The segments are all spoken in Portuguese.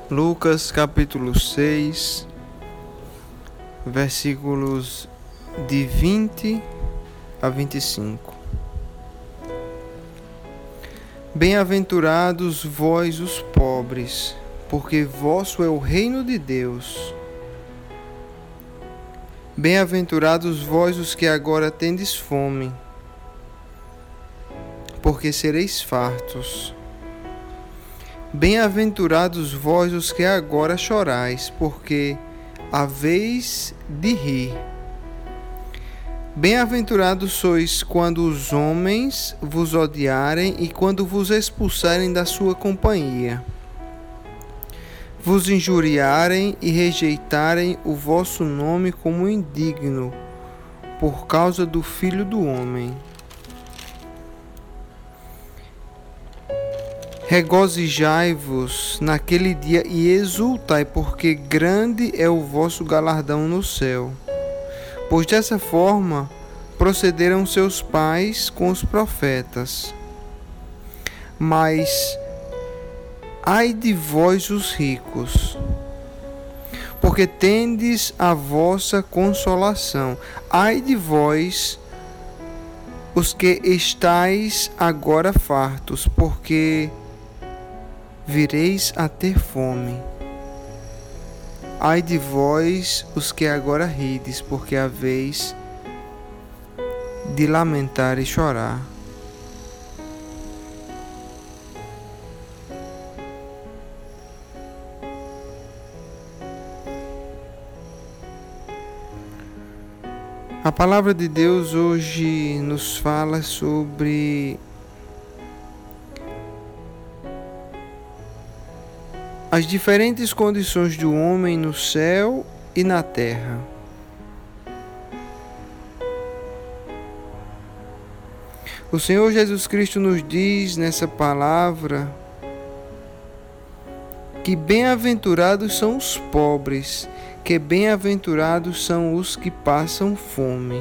Lucas capítulo 6, versículos de 20 a 25. Bem-aventurados vós os pobres, porque vosso é o reino de Deus. Bem-aventurados vós os que agora tendes fome, porque sereis fartos. Bem-aventurados vós os que agora chorais, porque haveis de rir. Bem-aventurados sois quando os homens vos odiarem e quando vos expulsarem da sua companhia, vos injuriarem e rejeitarem o vosso nome como indigno, por causa do Filho do Homem. Regozijai-vos naquele dia e exultai, porque grande é o vosso galardão no céu. Pois dessa forma procederam seus pais com os profetas. Mas ai de vós os ricos, porque tendes a vossa consolação. Ai de vós os que estáis agora fartos, porque vireis a ter fome. Ai de vós os que agora rides, porque haveis de lamentar e chorar. A palavra de Deus hoje nos fala sobre as diferentes condições do homem no céu e na terra. O Senhor Jesus Cristo nos diz nessa palavra que bem-aventurados são os pobres, que bem-aventurados são os que passam fome.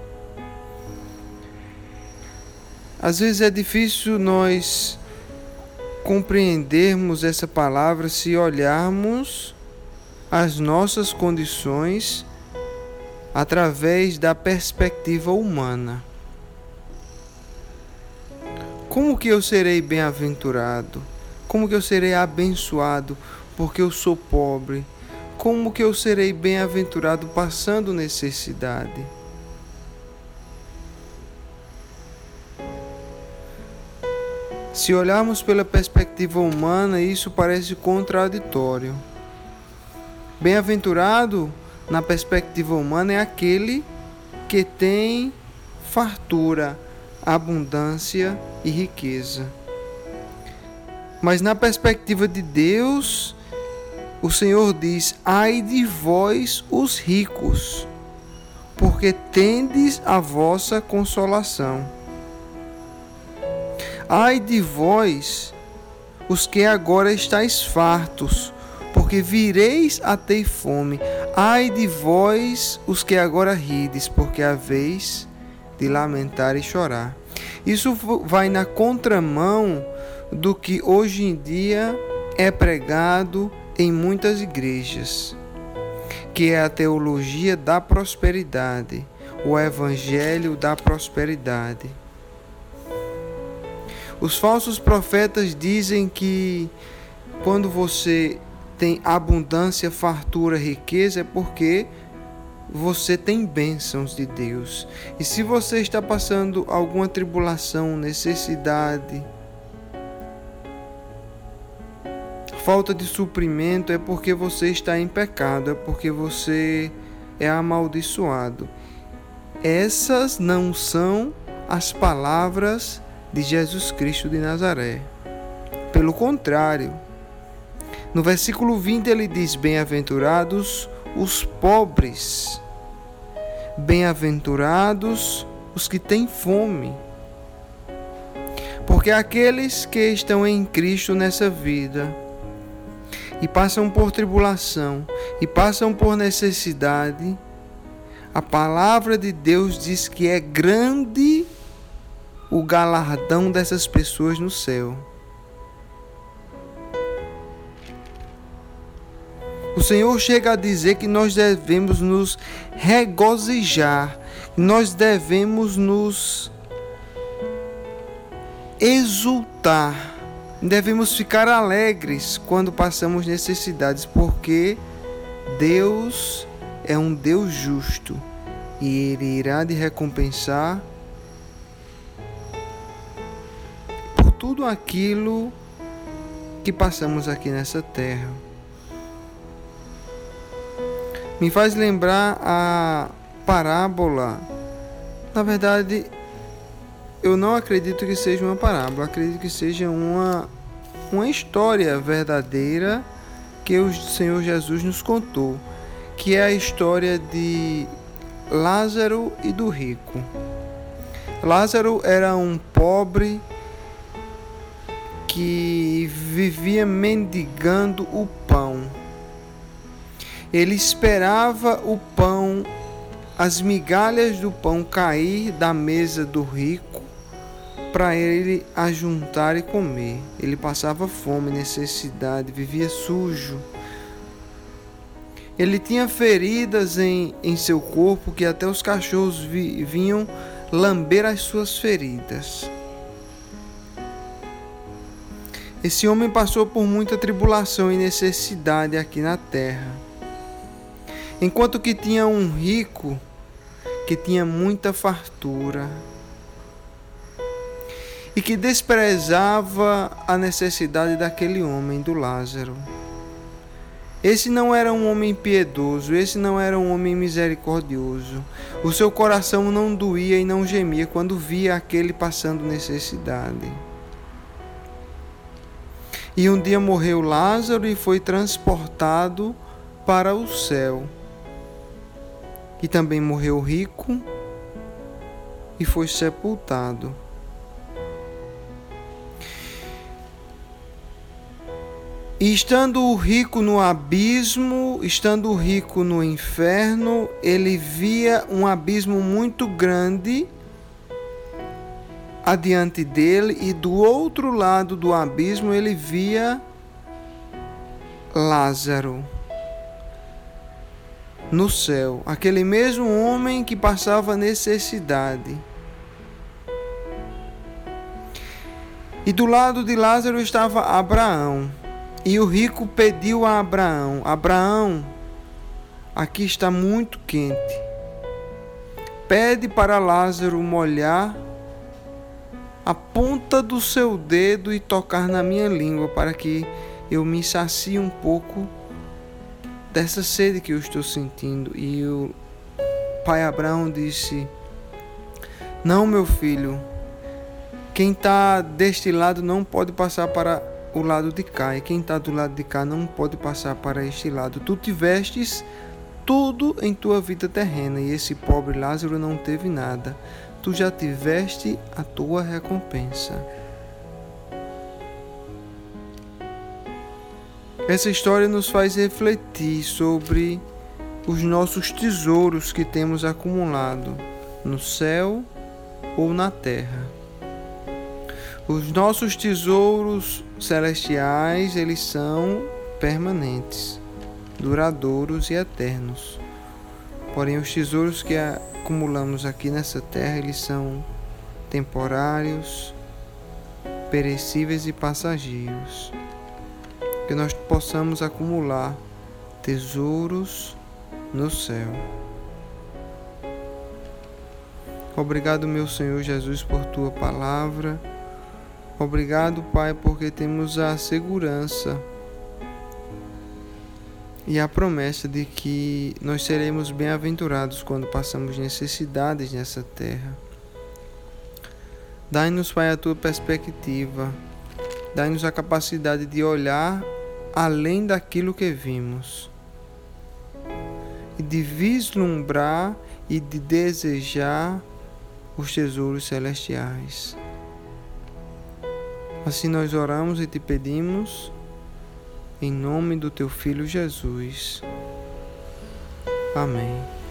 Às vezes é difícil nós compreendermos essa palavra se olharmos as nossas condições através da perspectiva humana. Como que eu serei bem-aventurado? Como que eu serei abençoado porque eu sou pobre? Como que eu serei bem-aventurado passando necessidade? Se olharmos pela perspectiva humana, isso parece contraditório. Bem-aventurado, na perspectiva humana, é aquele que tem fartura, abundância e riqueza. Mas na perspectiva de Deus, o Senhor diz: ai de vós os ricos, porque tendes a vossa consolação. Ai de vós, os que agora estáis fartos, porque vireis a ter fome. Ai de vós, os que agora rides, porque haveis de lamentar e chorar. Isso vai na contramão do que hoje em dia é pregado em muitas igrejas, que é a teologia da prosperidade, o evangelho da prosperidade. Os falsos profetas dizem que quando você tem abundância, fartura, riqueza, é porque você tem bênçãos de Deus. E se você está passando alguma tribulação, necessidade, falta de suprimento, é porque você está em pecado, é porque você é amaldiçoado. Essas não são as palavras de Jesus Cristo de Nazaré. Pelo contrário, no versículo 20 ele diz: bem-aventurados os pobres, bem-aventurados os que têm fome. Porque aqueles que estão em Cristo nessa vida e passam por tribulação e passam por necessidade, a palavra de Deus diz que é grande o galardão dessas pessoas no céu. Senhor chega a dizer que nós devemos nos regozijar, nós devemos nos exultar, devemos ficar alegres quando passamos necessidades, porque Deus é um Deus justo e Ele irá te recompensar por tudo aquilo que passamos aqui nessa terra. Me faz lembrar a parábola. Na verdade, eu não acredito que seja uma parábola, acredito que seja uma história verdadeira que o Senhor Jesus nos contou, que é a história de Lázaro e do rico. Lázaro era um pobre que vivia mendigando o pão. Ele esperava o pão, as migalhas do pão cair da mesa do rico para ele ajuntar e comer. Ele passava fome, necessidade, vivia sujo. Ele tinha feridas em seu corpo que até os cachorros vinham lamber as suas feridas. Esse homem passou por muita tribulação e necessidade aqui na terra. Enquanto que tinha um rico que tinha muita fartura e que desprezava a necessidade daquele homem, do Lázaro. Esse não era um homem piedoso, esse não era um homem misericordioso. O seu coração não doía e não gemia quando via aquele passando necessidade. E um dia morreu Lázaro e foi transportado para o céu. E também morreu o rico e foi sepultado. E estando o rico no abismo, estando o rico no inferno, ele via um abismo muito grande adiante dele, e do outro lado do abismo ele via Lázaro no céu, aquele mesmo homem que passava necessidade. E do lado de Lázaro estava Abraão. E o rico pediu a Abraão: Abraão, aqui está muito quente. Pede para Lázaro molhar a ponta do seu dedo e tocar na minha língua, para que eu me sacie um pouco dessa sede que eu estou sentindo. E o pai Abraão disse: não, meu filho, quem está deste lado não pode passar para o lado de cá, e quem está do lado de cá não pode passar para este lado. Tu tivestes tudo em tua vida terrena, e esse pobre Lázaro não teve nada. Tu já tiveste a tua recompensa. Essa história nos faz refletir sobre os nossos tesouros que temos acumulado no céu ou na terra. Os nossos tesouros celestiais, eles são permanentes, duradouros e eternos. Porém, os tesouros que acumulamos aqui nessa terra, eles são temporários, perecíveis e passageiros. Que nós possamos acumular tesouros no céu. Obrigado, meu Senhor Jesus, por tua palavra. Obrigado, Pai, porque temos a segurança e a promessa de que nós seremos bem-aventurados quando passamos necessidades nessa terra. Dai-nos, Pai, a tua perspectiva. Dai-nos a capacidade de olhar além daquilo que vimos e de vislumbrar e de desejar os tesouros celestiais. Assim nós oramos e te pedimos, em nome do teu Filho Jesus. Amém.